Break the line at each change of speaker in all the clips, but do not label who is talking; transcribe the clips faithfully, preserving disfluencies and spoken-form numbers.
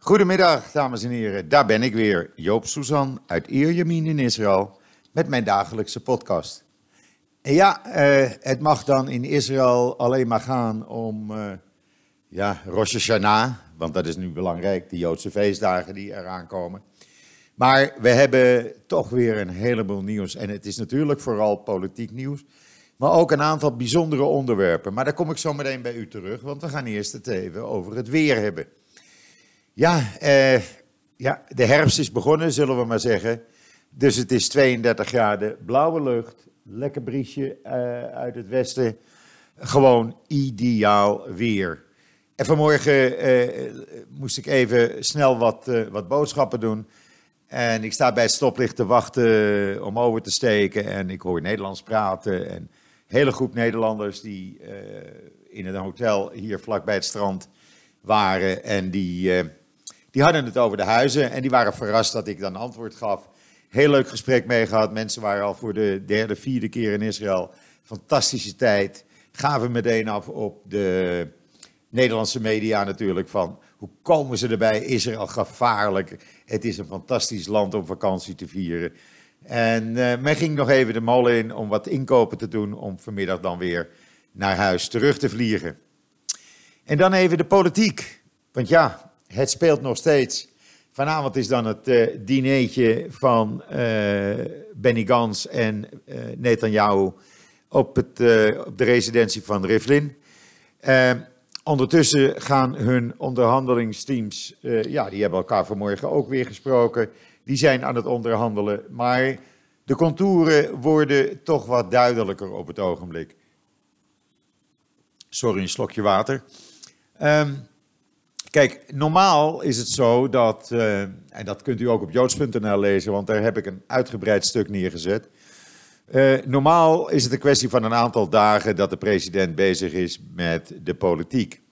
Goedemiddag, dames en heren. Daar ben ik weer, Joop Suzan uit Ierjemien in Israël, met mijn dagelijkse podcast. En ja, eh, het mag dan in Israël alleen maar gaan om eh, ja, Rosh Hashanah, want dat is nu belangrijk, de Joodse feestdagen die eraan komen. Maar we hebben toch weer een heleboel nieuws en het is natuurlijk vooral politiek nieuws, maar ook een aantal bijzondere onderwerpen. Maar daar kom ik zo meteen bij u terug, want we gaan eerst het even over het weer hebben. Ja, eh, ja, de herfst is begonnen, zullen we maar zeggen. Dus het is tweeëndertig graden, blauwe lucht, lekker briesje uh, uit het westen. Gewoon ideaal weer. En vanmorgen uh, moest ik even snel wat, uh, wat boodschappen doen. En ik sta bij het stoplicht te wachten om over te steken. En ik hoor Nederlands praten. En een hele groep Nederlanders die uh, in een hotel hier vlakbij het strand waren. En die... Uh, Die hadden het over de huizen en die waren verrast dat ik dan antwoord gaf. Heel leuk gesprek mee gehad. Mensen waren al voor de derde, vierde keer in Israël. Fantastische tijd. Gaven meteen af op de Nederlandse media natuurlijk van hoe komen ze erbij? Israël gevaarlijk. Het is een fantastisch land om vakantie te vieren. En uh, men ging nog even de molen in om wat inkopen te doen om vanmiddag dan weer naar huis terug te vliegen. En dan even de politiek. Want ja... Het speelt nog steeds. Vanavond is dan het uh, dinertje van uh, Benny Gantz en uh, Netanyahu op, het, uh, op de residentie van Rivlin. Uh, ondertussen gaan hun onderhandelingsteams, uh, ja, die hebben elkaar vanmorgen ook weer gesproken. Die zijn aan het onderhandelen, maar de contouren worden toch wat duidelijker op het ogenblik. Sorry, een slokje water. Um, Kijk, normaal is het zo dat, uh, en dat kunt u ook op joods punt n l lezen, want daar heb ik een uitgebreid stuk neergezet. Uh, normaal is het een kwestie van een aantal dagen dat de president bezig is met de politiek.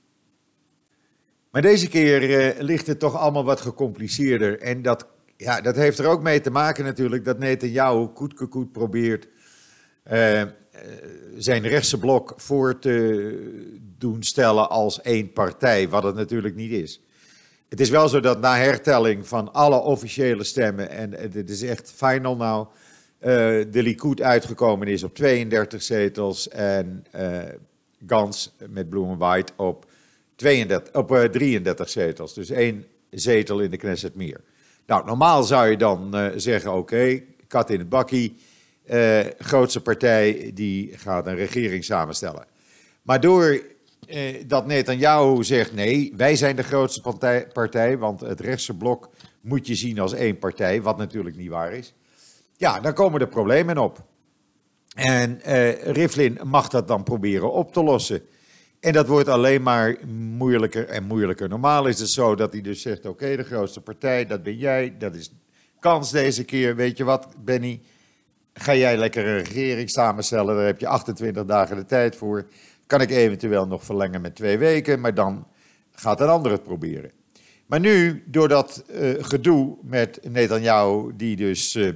Maar deze keer uh, ligt het toch allemaal wat gecompliceerder. En dat, ja, dat heeft er ook mee te maken natuurlijk dat Netanyahu koet probeert uh, zijn rechtse blok voor te doen stellen als één partij, wat het natuurlijk niet is. Het is wel zo dat na hertelling van alle officiële stemmen, en het is echt final nou, uh, de Likud uitgekomen is op tweeëndertig zetels en uh, Gantz met Blue and White op, tweeëndertig, op uh, drieëndertig zetels. Dus één zetel in de Knesset meer. Nou, normaal zou je dan uh, zeggen, oké, okay, kat in het bakkie, uh, grootste partij die gaat een regering samenstellen. Maar door eh, dat Netanyahu zegt, nee, wij zijn de grootste partij, partij, want het rechtse blok moet je zien als één partij, wat natuurlijk niet waar is. Ja, dan komen er problemen op. En eh, Rivlin mag dat dan proberen op te lossen. En dat wordt alleen maar moeilijker en moeilijker. Normaal is het zo dat hij dus zegt, oké, okay, de grootste partij, dat ben jij, dat is kans deze keer. Weet je wat, Benny, ga jij lekker een regering samenstellen, daar heb je achtentwintig dagen de tijd voor. Kan ik eventueel nog verlengen met twee weken, maar dan gaat een ander het proberen. Maar nu, door dat uh, gedoe met Netanyahu, die dus uh, uh,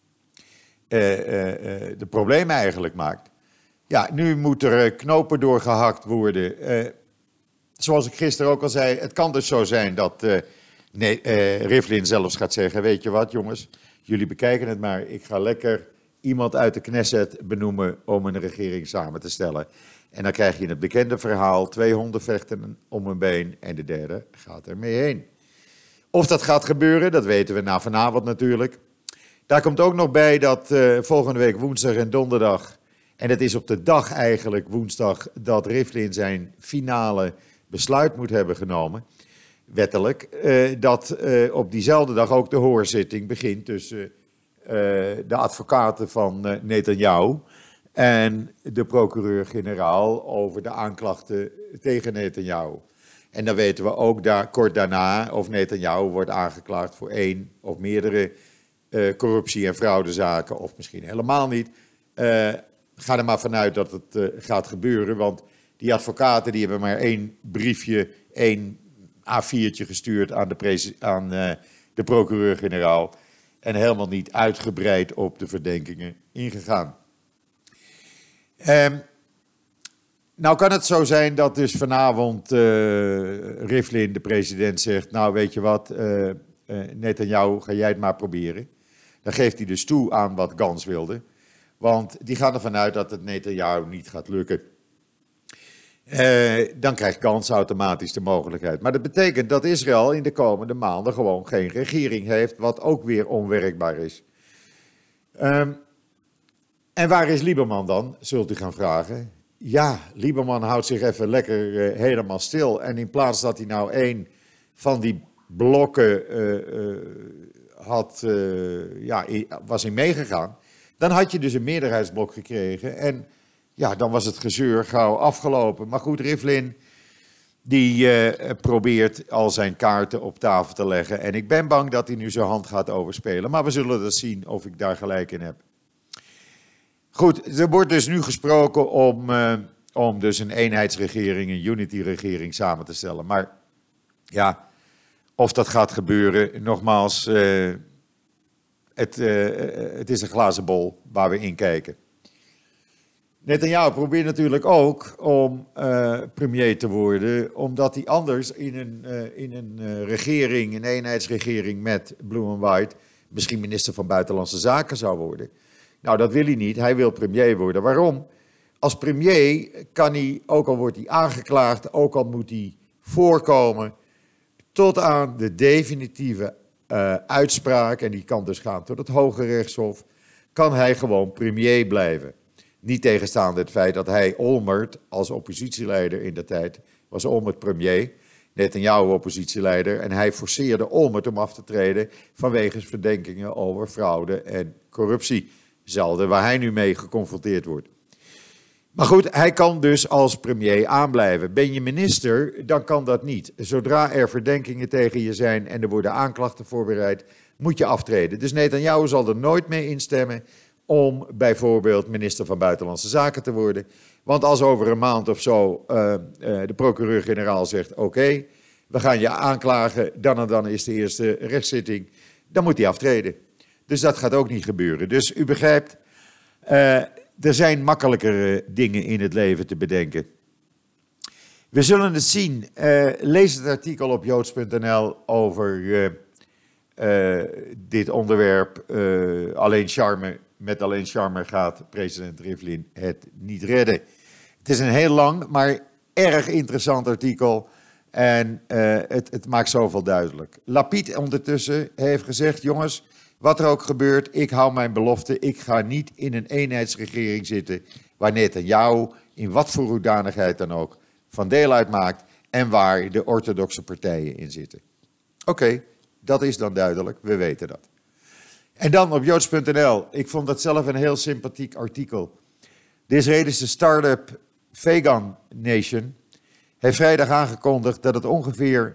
uh, uh, de problemen eigenlijk maakt. Ja, nu moet er uh, knopen doorgehakt worden. Uh, zoals ik gisteren ook al zei, het kan dus zo zijn dat uh, nee, uh, Rivlin zelfs gaat zeggen, weet je wat jongens, jullie bekijken het maar, ik ga lekker iemand uit de Knesset benoemen om een regering samen te stellen. En dan krijg je het bekende verhaal, twee honden vechten om een been en de derde gaat er mee heen. Of dat gaat gebeuren, dat weten we na vanavond natuurlijk. Daar komt ook nog bij dat uh, volgende week woensdag en donderdag, en het is op de dag eigenlijk woensdag, dat Rivlin zijn finale besluit moet hebben genomen, wettelijk, uh, dat uh, op diezelfde dag ook de hoorzitting begint tussen uh, de advocaten van uh, Netanyahu en de procureur-generaal over de aanklachten tegen Netanyahu. En dan weten we ook daar, kort daarna of Netanyahu wordt aangeklaagd voor één of meerdere uh, corruptie- en fraudezaken, of misschien helemaal niet. Uh, ga er maar vanuit dat het uh, gaat gebeuren, want die advocaten die hebben maar één briefje, één A viertje gestuurd aan de, presi- aan, uh, de procureur-generaal en helemaal niet uitgebreid op de verdenkingen ingegaan. Um, nou kan het zo zijn dat dus vanavond uh, Rivlin, de president, zegt, nou weet je wat, uh, uh, Netanyahu, ga jij het maar proberen. Dan geeft hij dus toe aan wat Gans wilde. Want die gaan ervan uit dat het Netanyahu niet gaat lukken. Uh, dan krijgt Gans automatisch de mogelijkheid. Maar dat betekent dat Israël in de komende maanden gewoon geen regering heeft, wat ook weer onwerkbaar is. Um, en waar is Lieberman dan, zult u gaan vragen? Ja, Lieberman houdt zich even lekker uh, helemaal stil. En in plaats dat hij nou één van die blokken uh, uh, had, uh, ja, was in meegegaan, dan had je dus een meerderheidsblok gekregen. En ja, dan was het gezeur gauw afgelopen. Maar goed, Rivlin, die uh, probeert al zijn kaarten op tafel te leggen. En ik ben bang dat hij nu zijn hand gaat overspelen. Maar we zullen dat zien of ik daar gelijk in heb. Goed, er wordt dus nu gesproken om, uh, om dus een eenheidsregering, een unity-regering samen te stellen. Maar ja, of dat gaat gebeuren, nogmaals, uh, het, uh, het is een glazen bol waar we in kijken. Netanyahu probeert natuurlijk ook om uh, premier te worden, omdat hij anders in een, uh, in een uh, regering, een eenheidsregering met Blue and White, misschien minister van Buitenlandse Zaken zou worden. Nou, dat wil hij niet. Hij wil premier worden. Waarom? Als premier kan hij, ook al wordt hij aangeklaagd, ook al moet hij voorkomen, tot aan de definitieve uh, uitspraak, en die kan dus gaan tot het Hoge Rechtshof, kan hij gewoon premier blijven. Niet tegenstaande het feit dat hij Olmert als oppositieleider in de tijd, was Olmert premier, Netanyahu oppositieleider, en hij forceerde Olmert om af te treden vanwege verdenkingen over fraude en corruptie. Hetzelfde waar hij nu mee geconfronteerd wordt. Maar goed, hij kan dus als premier aanblijven. Ben je minister, dan kan dat niet. Zodra er verdenkingen tegen je zijn en er worden aanklachten voorbereid, moet je aftreden. Dus Netanyahu zal er nooit mee instemmen om bijvoorbeeld minister van Buitenlandse Zaken te worden. Want als over een maand of zo uh, uh, de procureur-generaal zegt, oké, okay, we gaan je aanklagen, dan en dan is de eerste rechtszitting, dan moet hij aftreden. Dus dat gaat ook niet gebeuren. Dus u begrijpt, uh, er zijn makkelijkere dingen in het leven te bedenken. We zullen het zien. Uh, lees het artikel op joods punt n l over uh, uh, dit onderwerp. Uh, alleen charme, met alleen charme gaat president Rivlin het niet redden. Het is een heel lang, maar erg interessant artikel. En uh, het, het maakt zoveel duidelijk. Lapid ondertussen heeft gezegd, jongens, wat er ook gebeurt, ik hou mijn belofte. Ik ga niet in een eenheidsregering zitten waar Netanyahu in wat voor hoedanigheid dan ook van deel uitmaakt en waar de orthodoxe partijen in zitten. Oké, okay, dat is dan duidelijk, we weten dat. En dan op joods punt n l, ik vond dat zelf een heel sympathiek artikel. De Israëlische start-up Vegan Nation heeft vrijdag aangekondigd dat het ongeveer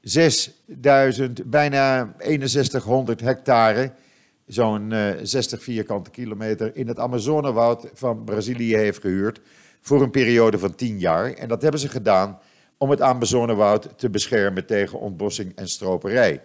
zesduizend, bijna zesenzestighonderd hectare, zo'n uh, zestig vierkante kilometer, in het Amazonewoud van Brazilië heeft gehuurd voor een periode van tien jaar. En dat hebben ze gedaan om het Amazonewoud te beschermen tegen ontbossing en stroperij.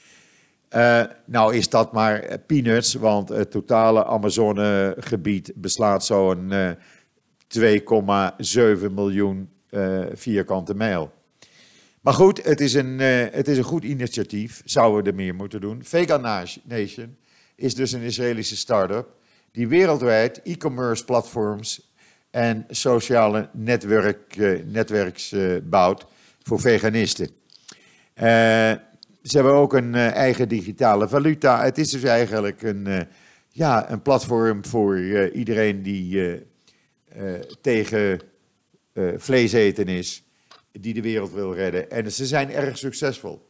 Uh, nou is dat maar peanuts, want het totale Amazonegebied beslaat zo'n uh, twee komma zeven miljoen uh, vierkante mijl. Maar goed, het is, een, uh, het is een goed initiatief, zouden we er meer moeten doen. Vegan Nation is dus een Israëlische start-up die wereldwijd e-commerce platforms en sociale netwerk, uh, netwerks uh, bouwt voor veganisten. Uh, ze hebben ook een uh, eigen digitale valuta. Het is dus eigenlijk een, uh, ja, een platform voor uh, iedereen die uh, uh, tegen uh, vlees eten is, die de wereld wil redden. En ze zijn erg succesvol.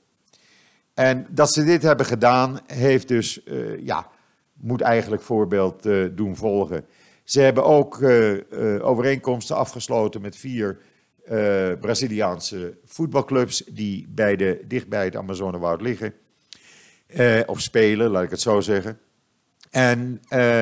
En dat ze dit hebben gedaan, heeft dus, uh, ja, moet eigenlijk voorbeeld uh, doen volgen. Ze hebben ook uh, uh, overeenkomsten afgesloten met vier uh, Braziliaanse voetbalclubs die bij de, dicht bij het Amazonewoud liggen. Uh, of spelen, laat ik het zo zeggen. En uh,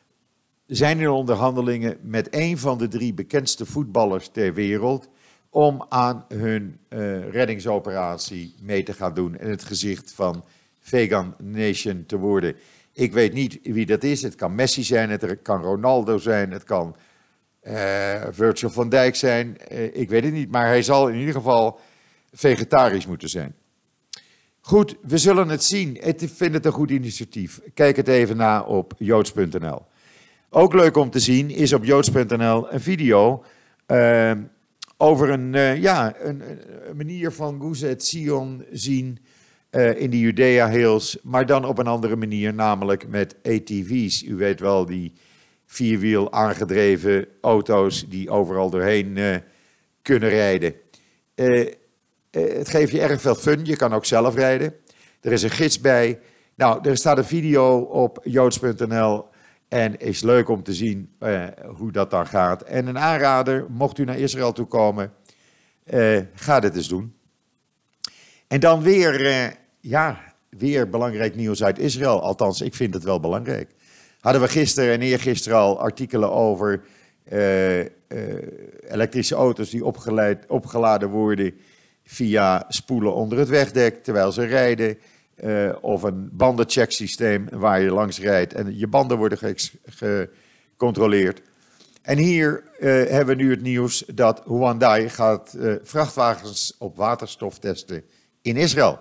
zijn in onderhandelingen met een van de drie bekendste voetballers ter wereld om aan hun uh, reddingsoperatie mee te gaan doen en het gezicht van Vegan Nation te worden. Ik weet niet wie dat is. Het kan Messi zijn, het kan Ronaldo zijn, het kan uh, Virgil van Dijk zijn. Uh, ik weet het niet, maar hij zal in ieder geval vegetarisch moeten zijn. Goed, we zullen het zien. Ik vind het een goed initiatief. Kijk het even na op joods punt n l. Ook leuk om te zien is op joods punt n l een video uh, over een, uh, ja, een, een manier van hoe ze het Sion zien uh, in de Judea Hills, maar dan op een andere manier, namelijk met A T V's. U weet wel, die vierwiel aangedreven auto's die overal doorheen uh, kunnen rijden. Uh, Uh, het geeft je erg veel fun, je kan ook zelf rijden. Er is een gids bij. Nou, er staat een video op joods punt n l en is leuk om te zien uh, hoe dat dan gaat. En een aanrader, mocht u naar Israël toe komen, uh, ga dit eens doen. En dan weer, uh, ja, weer belangrijk nieuws uit Israël. Althans, ik vind het wel belangrijk. Hadden we gisteren en eergisteren al artikelen over uh, uh, elektrische auto's die opgeleid, opgeladen worden via spoelen onder het wegdek terwijl ze rijden, uh, of een bandenchecksysteem waar je langs rijdt en je banden worden ge- gecontroleerd. En hier uh, hebben we nu het nieuws dat Hyundai gaat uh, vrachtwagens op waterstof testen in Israël.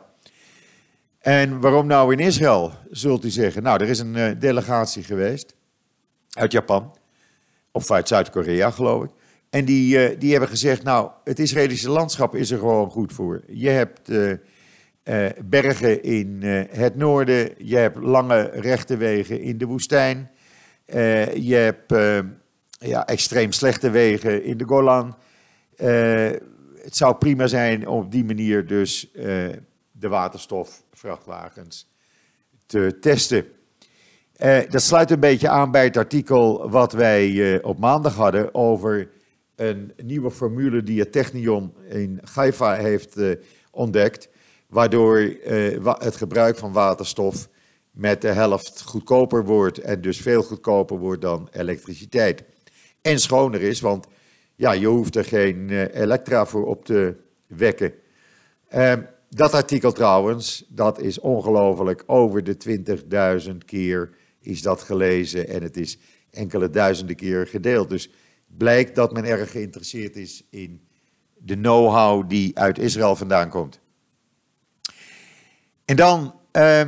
En waarom nou in Israël, zult u zeggen? Nou, er is een uh, delegatie geweest uit Japan, of uit Zuid-Korea geloof ik. En die, uh, die hebben gezegd, nou, het Israëlische landschap is er gewoon goed voor. Je hebt uh, uh, bergen in uh, het noorden, je hebt lange rechte wegen in de woestijn, uh, je hebt uh, ja, extreem slechte wegen in de Golan. Uh, het zou prima zijn om op die manier dus uh, de waterstofvrachtwagens te testen. Uh, dat sluit een beetje aan bij het artikel wat wij uh, op maandag hadden over een nieuwe formule die het Technion in Haifa heeft uh, ontdekt, waardoor uh, wa- het gebruik van waterstof met de helft goedkoper wordt en dus veel goedkoper wordt dan elektriciteit. En schoner is, want ja, je hoeft er geen uh, elektra voor op te wekken. Uh, dat artikel trouwens, dat is ongelooflijk, over de twintigduizend keer is dat gelezen en het is enkele duizenden keer gedeeld. Dus blijkt dat men erg geïnteresseerd is in de know-how die uit Israël vandaan komt. En dan, uh,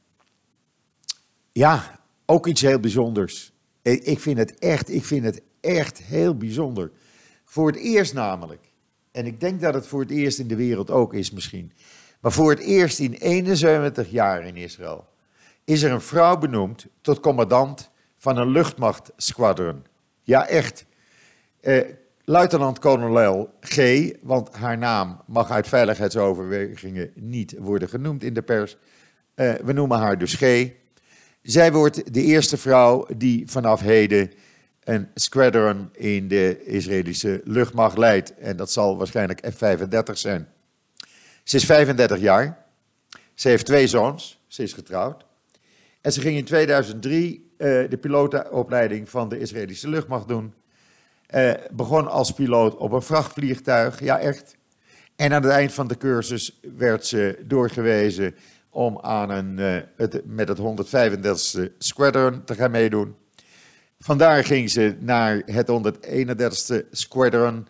ja, ook iets heel bijzonders. Ik vind het echt, ik vind het echt heel bijzonder. Voor het eerst namelijk, en ik denk dat het voor het eerst in de wereld ook is misschien, maar voor het eerst in eenenzeventig jaar in Israël is er een vrouw benoemd tot commandant van een luchtmachtsquadron. Ja, echt. Uh, Luitenant-kolonel G, want haar naam mag uit veiligheidsoverwegingen niet worden genoemd in de pers. Uh, we noemen haar dus G. Zij wordt de eerste vrouw die vanaf heden een squadron in de Israëlische luchtmacht leidt. En dat zal waarschijnlijk F vijfendertig zijn. Ze is vijfendertig jaar. Ze heeft twee zoons. Ze is getrouwd. En ze ging in tweeduizend drie uh, de pilotenopleiding van de Israëlische luchtmacht doen. Uh, begon als piloot op een vrachtvliegtuig, ja echt. En aan het eind van de cursus werd ze doorgewezen om aan een, uh, het, met het honderdvijfendertigste Squadron te gaan meedoen. Vandaar ging ze naar het honderdeenendertigste Squadron,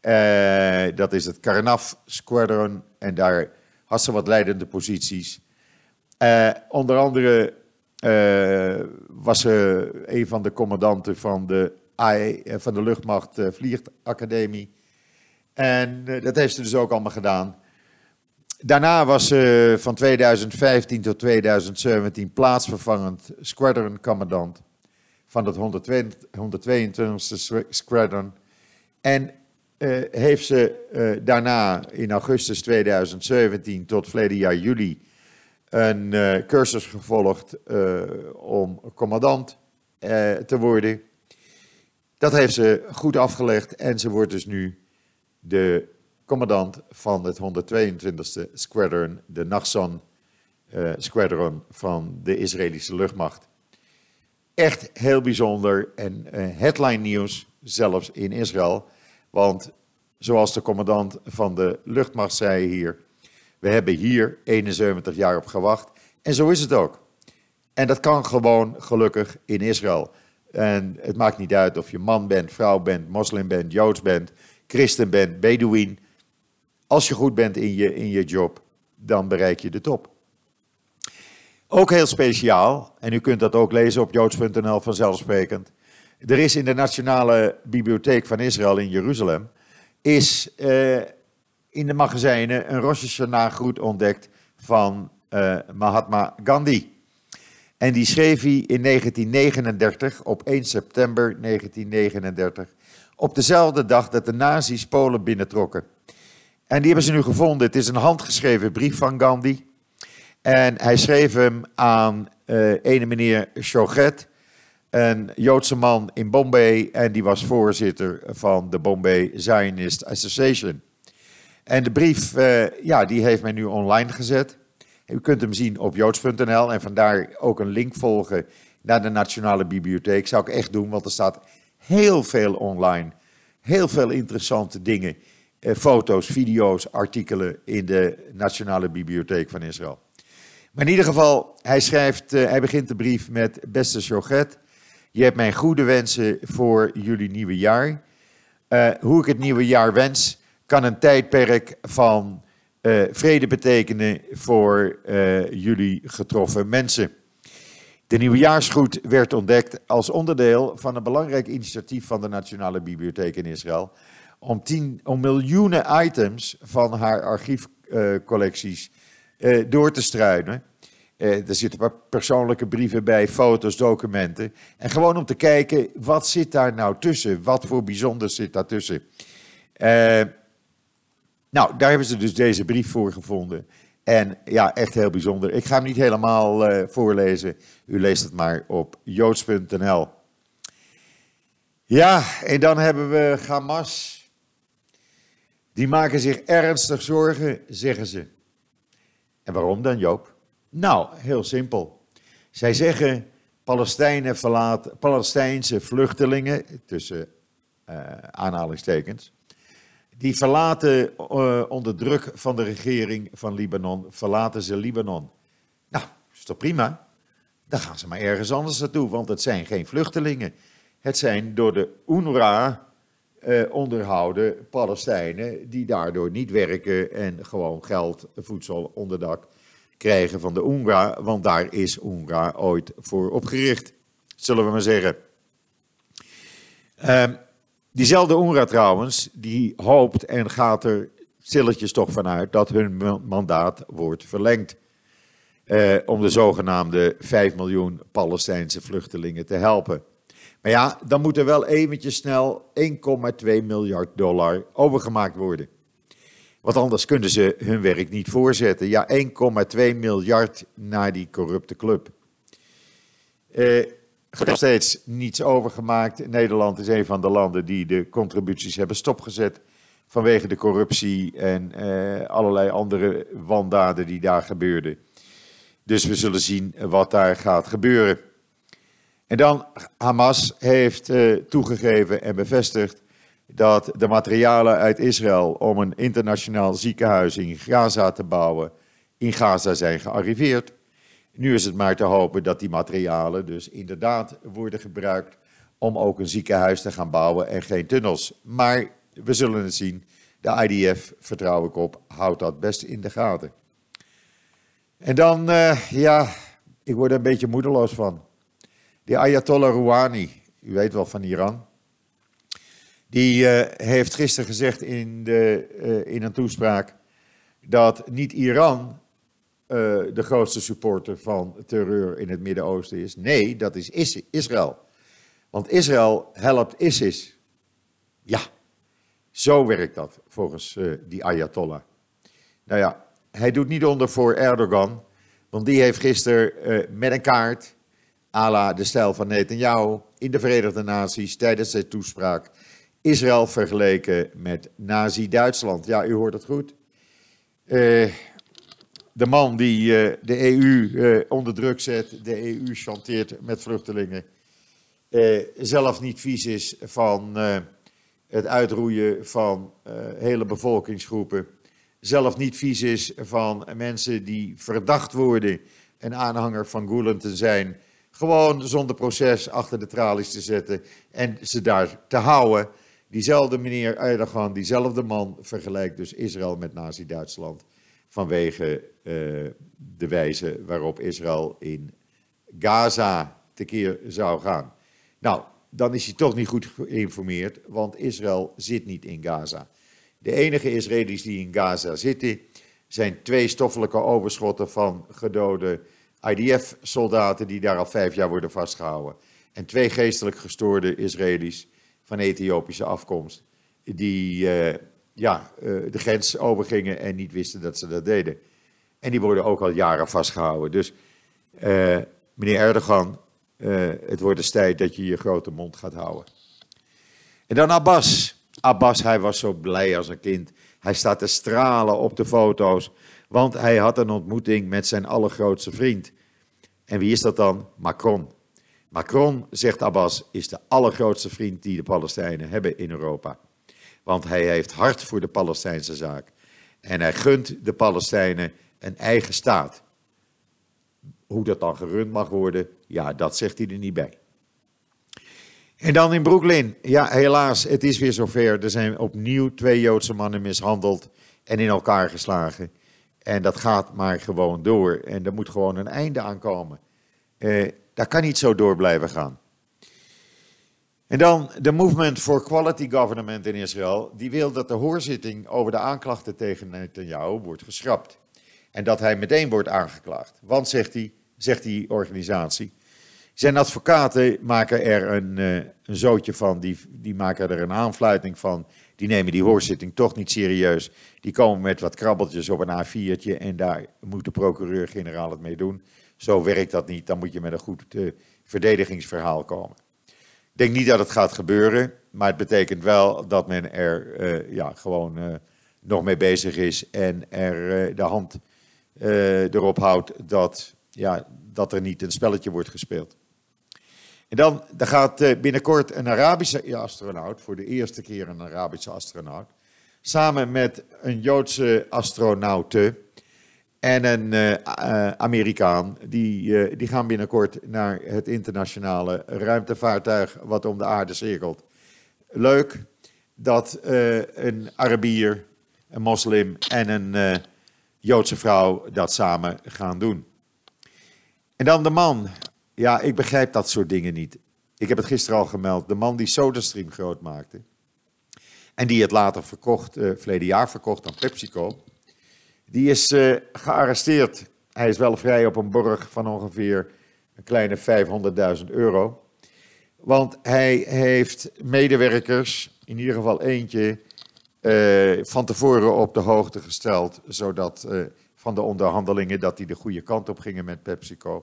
uh, dat is het Karnaf Squadron, en daar had ze wat leidende posities. Uh, onder andere uh, was ze een van de commandanten van de van de luchtmacht uh, Vliegacademie. En uh, dat heeft ze dus ook allemaal gedaan. Daarna was ze uh, van tweeduizend vijftien tot tweeduizend zeventien plaatsvervangend squadron-commandant van het honderdtweeëntwintigste Squadron. En uh, heeft ze uh, daarna in augustus tweeduizend zeventien tot verleden jaar juli een uh, cursus gevolgd uh, om commandant uh, te worden. Dat heeft ze goed afgelegd en ze wordt dus nu de commandant van het honderdtweeëntwintigste Squadron, de Nachson uh, Squadron van de Israëlische luchtmacht. Echt heel bijzonder en uh, headline nieuws zelfs in Israël, want zoals de commandant van de luchtmacht zei hier, we hebben hier eenenzeventig jaar op gewacht en zo is het ook. En dat kan gewoon gelukkig in Israël. En het maakt niet uit of je man bent, vrouw bent, moslim bent, joods bent, christen bent, beduïen. Als je goed bent in je, in je job, dan bereik je de top. Ook heel speciaal, en u kunt dat ook lezen op joods punt n l vanzelfsprekend. Er is in de Nationale Bibliotheek van Israël in Jeruzalem, is uh, in de magazijnen een Rosh Hashanah groet ontdekt van uh, Mahatma Gandhi. En die schreef hij in negentien negenendertig, op één september negentien negenendertig, op dezelfde dag dat de nazi's Polen binnentrokken. En die hebben ze nu gevonden. Het is een handgeschreven brief van Gandhi. En hij schreef hem aan uh, ene meneer Shochet, een Joodse man in Bombay. En die was voorzitter van de Bombay Zionist Association. En de brief, uh, ja, die heeft men nu online gezet. U kunt hem zien op joods punt n l en vandaar ook een link volgen naar de Nationale Bibliotheek. Zou ik echt doen, want er staat heel veel online. Heel veel interessante dingen. Uh, foto's, video's, artikelen in de Nationale Bibliotheek van Israël. Maar in ieder geval, hij schrijft, uh, hij begint de brief met: beste Shochet, je hebt mijn goede wensen voor jullie nieuwe jaar. Uh, hoe ik het nieuwe jaar wens, kan een tijdperk van uh, vrede betekenen voor uh, jullie getroffen mensen. De nieuwjaarsgroet werd ontdekt als onderdeel van een belangrijk initiatief van de Nationale Bibliotheek in Israël om, tien, om miljoenen items van haar archiefcollecties uh, uh, door te struinen. Uh, er zitten persoonlijke brieven bij, foto's, documenten. En gewoon om te kijken, wat zit daar nou tussen? Wat voor bijzonders zit daar tussen? Uh, nou, daar hebben ze dus deze brief voor gevonden. En ja, echt heel bijzonder. Ik ga hem niet helemaal uh, voorlezen. U leest het maar op joods punt n l. Ja, en dan hebben we Hamas. Die maken zich ernstig zorgen, zeggen ze. En waarom dan, Joop? Nou, heel simpel. Zij zeggen, Palestijnen verlaten, Palestijnse vluchtelingen, tussen uh, aanhalingstekens, die verlaten uh, onder druk van de regering van Libanon, verlaten ze Libanon. Nou, is toch prima? Dan gaan ze maar ergens anders naartoe, want het zijn geen vluchtelingen. Het zijn door de UNRWA uh, onderhouden Palestijnen die daardoor niet werken en gewoon geld, voedsel, onderdak krijgen van de UNRWA, want daar is UNRWA ooit voor opgericht, zullen we maar zeggen. Uh, diezelfde UNRWA trouwens, die hoopt en gaat er stilletjes toch vanuit dat hun mandaat wordt verlengd. Uh, om de zogenaamde vijf miljoen Palestijnse vluchtelingen te helpen. Maar ja, dan moet er wel eventjes snel één komma twee miljard dollar overgemaakt worden. Want anders kunnen ze hun werk niet voortzetten. Ja, één komma twee miljard naar die corrupte club. Uh, er is nog steeds niets overgemaakt. Nederland is een van de landen die de contributies hebben stopgezet vanwege de corruptie en uh, allerlei andere wandaden die daar gebeurden. Dus we zullen zien wat daar gaat gebeuren. En dan, Hamas heeft uh, toegegeven en bevestigd dat de materialen uit Israël om een internationaal ziekenhuis in Gaza te bouwen, in Gaza zijn gearriveerd. Nu is het maar te hopen dat die materialen dus inderdaad worden gebruikt om ook een ziekenhuis te gaan bouwen en geen tunnels. Maar we zullen het zien. De I D F, vertrouw ik op, houdt dat best in de gaten. En dan, uh, ja, ik word er een beetje moedeloos van. Die Ayatollah Rouhani, u weet wel van Iran, die uh, heeft gisteren gezegd in, de, uh, in een toespraak dat niet Iran uh, de grootste supporter van terreur in het Midden-Oosten is. Nee, dat is Is- Israël. Want Israël helpt ISIS. Ja, zo werkt dat volgens uh, die Ayatollah. Nou ja, hij doet niet onder voor Erdogan, want die heeft gisteren uh, met een kaart, à la de stijl van Netanyahu, in de Verenigde Naties tijdens zijn toespraak Israël vergeleken met Nazi-Duitsland. Ja, u hoort het goed. Uh, de man die uh, de E U uh, onder druk zet, de E U chanteert met vluchtelingen, uh, zelf niet vies is van uh, het uitroeien van uh, hele bevolkingsgroepen, zelf niet vies is van mensen die verdacht worden een aanhanger van Gulen te zijn, gewoon zonder proces achter de tralies te zetten en ze daar te houden. Diezelfde meneer Erdogan, diezelfde man, vergelijkt dus Israël met Nazi-Duitsland vanwege uh, de wijze waarop Israël in Gaza tekeer zou gaan. Nou, dan is hij toch niet goed geïnformeerd, want Israël zit niet in Gaza. De enige Israëli's die in Gaza zitten zijn twee stoffelijke overschotten van gedode I D F-soldaten die daar al vijf jaar worden vastgehouden. En twee geestelijk gestoorde Israëli's van Ethiopische afkomst die uh, ja, uh, de grens overgingen en niet wisten dat ze dat deden. En die worden ook al jaren vastgehouden. Dus uh, meneer Erdogan, uh, het wordt eens tijd dat je je grote mond gaat houden. En dan Abbas. Abbas, hij was zo blij als een kind. Hij staat te stralen op de foto's, want hij had een ontmoeting met zijn allergrootste vriend. En wie is dat dan? Macron. Macron, zegt Abbas, is de allergrootste vriend die de Palestijnen hebben in Europa. Want hij heeft hart voor de Palestijnse zaak. En hij gunt de Palestijnen een eigen staat. Hoe dat dan gerund mag worden, ja, dat zegt hij er niet bij. En dan in Brooklyn. Ja, helaas, het is weer zover. Er zijn opnieuw twee Joodse mannen mishandeld en in elkaar geslagen. En dat gaat maar gewoon door. En er moet gewoon een einde aan komen. Eh, dat kan niet zo door blijven gaan. En dan de Movement for Quality Government in Israël. Die wil dat de hoorzitting over de aanklachten tegen Netanyahu wordt geschrapt. En dat hij meteen wordt aangeklaagd. Want, zegt die, zegt die organisatie, zijn advocaten maken er een, uh, een zootje van, die, die maken er een aanfluiting van. Die nemen die hoorzitting toch niet serieus. Die komen met wat krabbeltjes op een A viertje en daar moet de procureur-generaal het mee doen. Zo werkt dat niet, dan moet je met een goed uh, verdedigingsverhaal komen. Ik denk niet dat het gaat gebeuren, maar het betekent wel dat men er uh, ja, gewoon uh, nog mee bezig is en er uh, de hand uh, erop houdt dat, ja, dat er niet een spelletje wordt gespeeld. En dan, dan gaat uh, binnenkort een Arabische astronaut, voor de eerste keer een Arabische astronaut, samen met een Joodse astronaute en een uh, uh, Amerikaan, die, uh, die gaan binnenkort naar het internationale ruimtevaartuig wat om de aarde cirkelt. Leuk dat uh, een Arabier, een moslim en een uh, Joodse vrouw dat samen gaan doen. En dan de man. Ja, ik begrijp dat soort dingen niet. Ik heb het gisteren al gemeld. De man die SodaStream groot maakte en die het later verkocht, uh, verleden jaar verkocht aan PepsiCo, die is uh, gearresteerd. Hij is wel vrij op een borg van ongeveer een kleine vijfhonderdduizend euro. Want hij heeft medewerkers, in ieder geval eentje, uh, van tevoren op de hoogte gesteld, zodat uh, van de onderhandelingen dat die de goede kant op gingen met PepsiCo.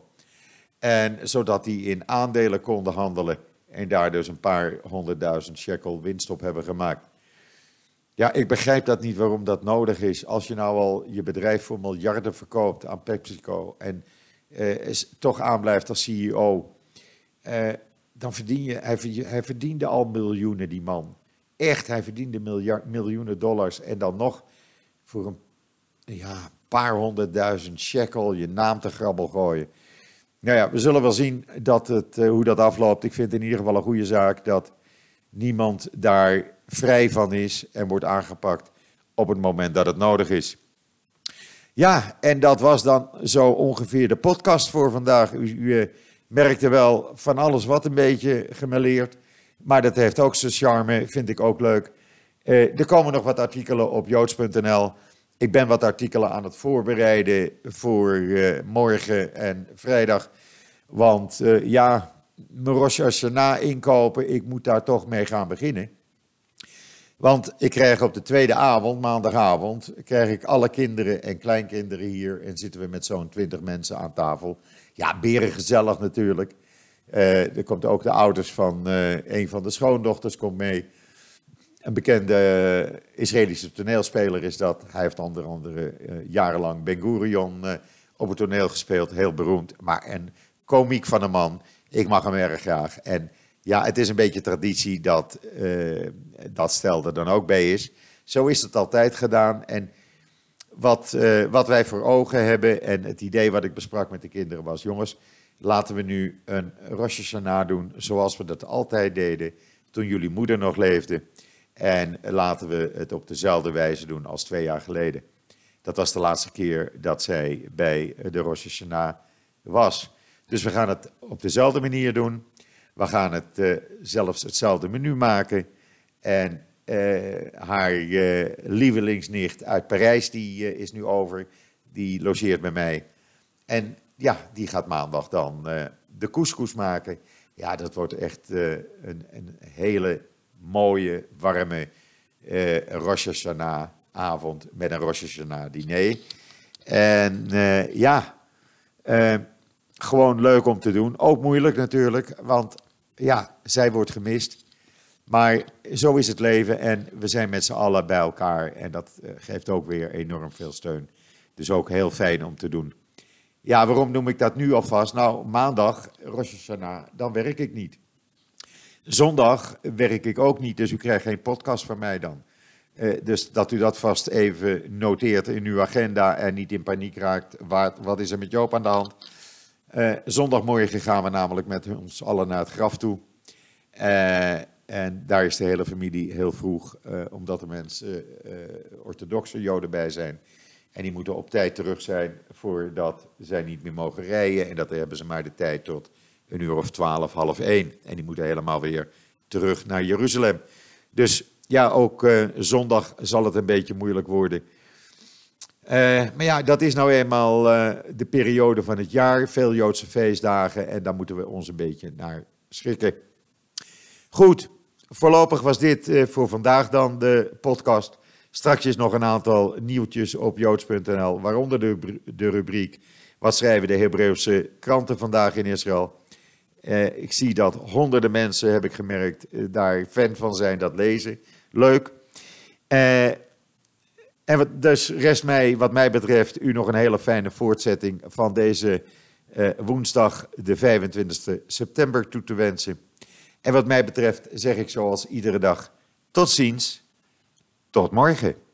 En zodat die in aandelen konden handelen en daar dus een paar honderdduizend shekel winst op hebben gemaakt. Ja, ik begrijp dat niet waarom dat nodig is. Als je nou al je bedrijf voor miljarden verkoopt aan PepsiCo en uh, is, toch aanblijft als C E O, uh, dan verdien je, hij, hij verdiende al miljoenen, die man. Echt, hij verdiende miljard, miljoenen dollars en dan nog voor een ja, paar honderdduizend shekel je naam te grabbel gooien. Nou ja, we zullen wel zien dat het, uh, hoe dat afloopt. Ik vind in ieder geval een goede zaak dat niemand daar vrij van is en wordt aangepakt op het moment dat het nodig is. Ja, en dat was dan zo ongeveer de podcast voor vandaag. U, u uh, merkte wel van alles wat een beetje gemêleerd, maar dat heeft ook zijn charme, vind ik ook leuk. Uh, er komen nog wat artikelen op joods punt n l. Ik ben wat artikelen aan het voorbereiden voor uh, morgen en vrijdag. Want uh, ja, mijn Rosh Hashanah inkopen, ik moet daar toch mee gaan beginnen. Want ik krijg op de tweede avond, maandagavond, krijg ik alle kinderen en kleinkinderen hier. En zitten we met zo'n twintig mensen aan tafel. Ja, berengezellig natuurlijk. Uh, er komt ook de ouders van uh, een van de schoondochters komt mee. Een bekende Israëlische toneelspeler is dat. Hij heeft onder andere uh, jarenlang Ben Gurion uh, op het toneel gespeeld. Heel beroemd, maar een komiek van een man. Ik mag hem erg graag. En ja, het is een beetje traditie dat uh, dat stel er dan ook bij is. Zo is het altijd gedaan. En wat, uh, wat wij voor ogen hebben en het idee wat ik besprak met de kinderen was, jongens, laten we nu een Rosh Hashanah doen zoals we dat altijd deden toen jullie moeder nog leefde. En laten we het op dezelfde wijze doen als twee jaar geleden. Dat was de laatste keer dat zij bij de Rosh Hashanah was. Dus we gaan het op dezelfde manier doen. We gaan het uh, zelfs hetzelfde menu maken. En uh, haar uh, lievelingsnicht uit Parijs, die uh, is nu over. Die logeert bij mij. En ja, die gaat maandag dan uh, de couscous maken. Ja, dat wordt echt uh, een, een hele mooie, warme uh, Rosh Hashanah avond met een Rosh Hashanah diner. En uh, ja, uh, gewoon leuk om te doen. Ook moeilijk natuurlijk, want ja, zij wordt gemist. Maar zo is het leven en we zijn met z'n allen bij elkaar. En dat uh, geeft ook weer enorm veel steun. Dus ook heel fijn om te doen. Ja, waarom noem ik dat nu alvast? Nou, maandag, Rosh Hashanah, dan werk ik niet. Zondag werk ik ook niet, dus u krijgt geen podcast van mij dan. Uh, dus dat u dat vast even noteert in uw agenda en niet in paniek raakt. Wat, wat is er met Joop aan de hand? Uh, zondagmorgen gaan we namelijk met ons allen naar het graf toe. Uh, en daar is de hele familie heel vroeg, uh, omdat er mensen uh, orthodoxe Joden bij zijn. En die moeten op tijd terug zijn voordat zij niet meer mogen rijden. En dat hebben ze maar de tijd tot een uur of twaalf, half één. En die moeten helemaal weer terug naar Jeruzalem. Dus ja, ook uh, zondag zal het een beetje moeilijk worden. Uh, maar ja, dat is nou eenmaal uh, de periode van het jaar. Veel Joodse feestdagen en daar moeten we ons een beetje naar schikken. Goed, voorlopig was dit uh, voor vandaag dan de podcast. Straks is nog een aantal nieuwtjes op joods punt n l, waaronder de, de rubriek Wat schrijven de Hebreeuwse kranten vandaag in Israël. Uh, ik zie dat honderden mensen, heb ik gemerkt, uh, daar fan van zijn, dat lezen. Leuk. Uh, en wat, dus rest mij, wat mij betreft, u nog een hele fijne voortzetting van deze uh, woensdag, de vijfentwintigste september, toe te wensen. En wat mij betreft zeg ik zoals iedere dag, tot ziens, tot morgen.